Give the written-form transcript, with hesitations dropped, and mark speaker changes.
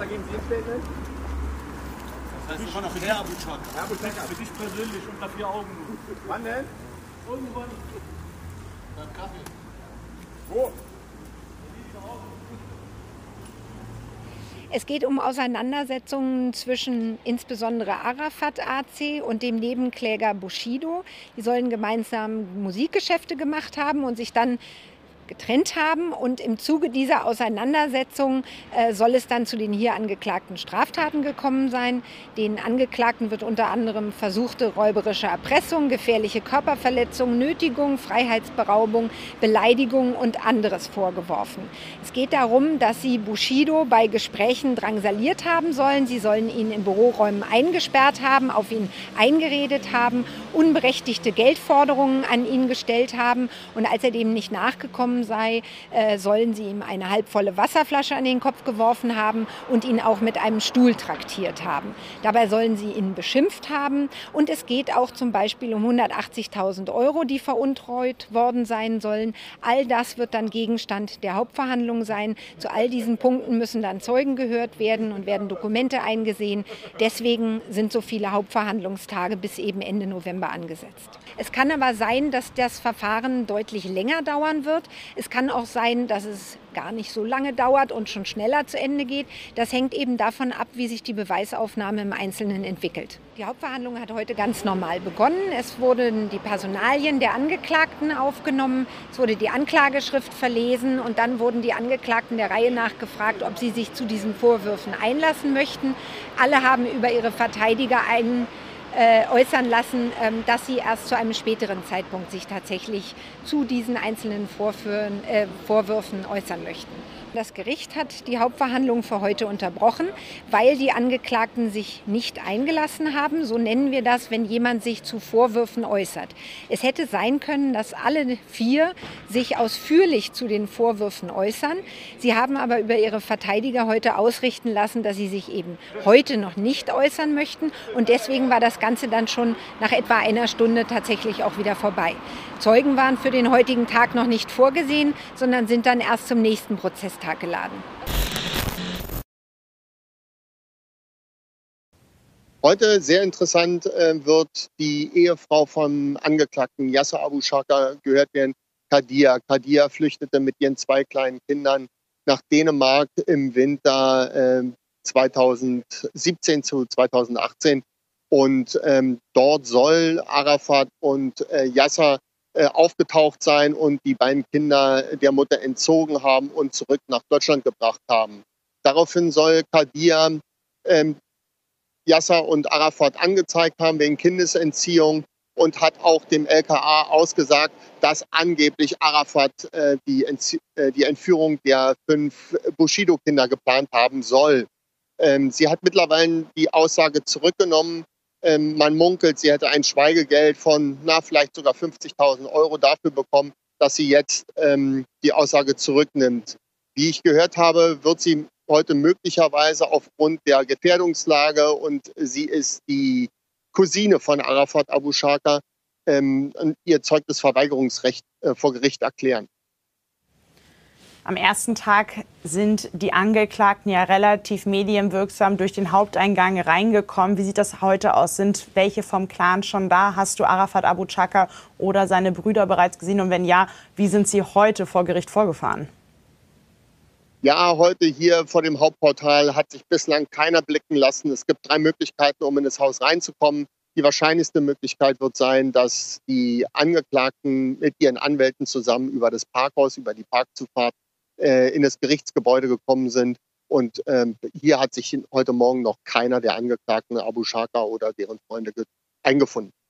Speaker 1: geben Sie ein Statement?
Speaker 2: Das heißt immer noch Herr Abu Chaka.
Speaker 1: Herr Abu Chaka.
Speaker 3: Für dich persönlich unter 4 Augen.
Speaker 1: Wann denn?
Speaker 3: Irgendwann.
Speaker 2: Beim Kaffee.
Speaker 1: Wo?
Speaker 4: Es geht um Auseinandersetzungen zwischen insbesondere Arafat AC und dem Nebenkläger Bushido. Die sollen gemeinsam Musikgeschäfte gemacht haben und sich dann getrennt haben. Und im Zuge dieser Auseinandersetzung soll es dann zu den hier angeklagten Straftaten gekommen sein. Den Angeklagten wird unter anderem versuchte räuberische Erpressung, gefährliche Körperverletzung, Nötigung, Freiheitsberaubung, Beleidigung und anderes vorgeworfen. Es geht darum, dass sie Bushido bei Gesprächen drangsaliert haben sollen. Sie sollen ihn in Büroräumen eingesperrt haben, auf ihn eingeredet haben, unberechtigte Geldforderungen an ihn gestellt haben. Und als er dem nicht nachgekommen sei, sollen sie ihm eine halbvolle Wasserflasche an den Kopf geworfen haben und ihn auch mit einem Stuhl traktiert haben. Dabei sollen sie ihn beschimpft haben. Und es geht auch zum Beispiel um 180.000 Euro, die veruntreut worden sein sollen. All das wird dann Gegenstand der Hauptverhandlung sein. Zu all diesen Punkten müssen dann Zeugen gehört werden und werden Dokumente eingesehen. Deswegen sind so viele Hauptverhandlungstage bis eben Ende November angesetzt. Es kann aber sein, dass das Verfahren deutlich länger dauern wird. Es kann auch sein, dass es gar nicht so lange dauert und schon schneller zu Ende geht. Das hängt eben davon ab, wie sich die Beweisaufnahme im Einzelnen entwickelt. Die Hauptverhandlung hat heute ganz normal begonnen. Es wurden die Personalien der Angeklagten aufgenommen, es wurde die Anklageschrift verlesen und dann wurden die Angeklagten der Reihe nach gefragt, ob sie sich zu diesen Vorwürfen einlassen möchten. Alle haben über ihre Verteidiger äußern lassen, dass sie erst zu einem späteren Zeitpunkt sich tatsächlich zu diesen einzelnen Vorwürfen äußern möchten. Das Gericht hat die Hauptverhandlung für heute unterbrochen, weil die Angeklagten sich nicht eingelassen haben. So nennen wir das, wenn jemand sich zu Vorwürfen äußert. Es hätte sein können, dass alle 4 sich ausführlich zu den Vorwürfen äußern. Sie haben aber über ihre Verteidiger heute ausrichten lassen, dass sie sich eben heute noch nicht äußern möchten. Und deswegen war das Ganze dann schon nach etwa einer Stunde tatsächlich auch wieder vorbei. Zeugen waren für den heutigen Tag noch nicht vorgesehen, sondern sind dann erst zum nächsten Prozesstag geladen.
Speaker 5: Heute sehr interessant wird die Ehefrau vom Angeklagten Yasser Abu Chaka gehört werden, Kadia. Kadia flüchtete mit ihren 2 kleinen Kindern nach Dänemark im Winter 2017 zu 2018. Und dort soll Arafat und Yasser aufgetaucht sein und die beiden Kinder der Mutter entzogen haben und zurück nach Deutschland gebracht haben. Daraufhin soll Kadia Yasser und Arafat angezeigt haben wegen Kindesentziehung und hat auch dem LKA ausgesagt, dass angeblich Arafat die Entführung der 5 Bushido-Kinder geplant haben soll. Sie hat mittlerweile die Aussage zurückgenommen. Man munkelt, sie hätte ein Schweigegeld von vielleicht sogar 50.000 Euro dafür bekommen, dass sie jetzt die Aussage zurücknimmt. Wie ich gehört habe, wird sie heute möglicherweise aufgrund der Gefährdungslage und sie ist die Cousine von Arafat Abu Chaka, ihr Zeugnisverweigerungsrecht vor Gericht erklären.
Speaker 6: Am ersten Tag sind die Angeklagten ja relativ medienwirksam durch den Haupteingang reingekommen. Wie sieht das heute aus? Sind welche vom Clan schon da? Hast du Arafat Abu Chaka oder seine Brüder bereits gesehen? Und wenn ja, wie sind sie heute vor Gericht vorgefahren?
Speaker 5: Ja, heute hier vor dem Hauptportal hat sich bislang keiner blicken lassen. Es gibt 3 Möglichkeiten, um in das Haus reinzukommen. Die wahrscheinlichste Möglichkeit wird sein, dass die Angeklagten mit ihren Anwälten zusammen über das Parkhaus, über die Parkzufahrt in das Gerichtsgebäude gekommen sind. Und hier hat sich heute Morgen noch keiner der Angeklagten, Abu Chaka oder deren Freunde, eingefunden.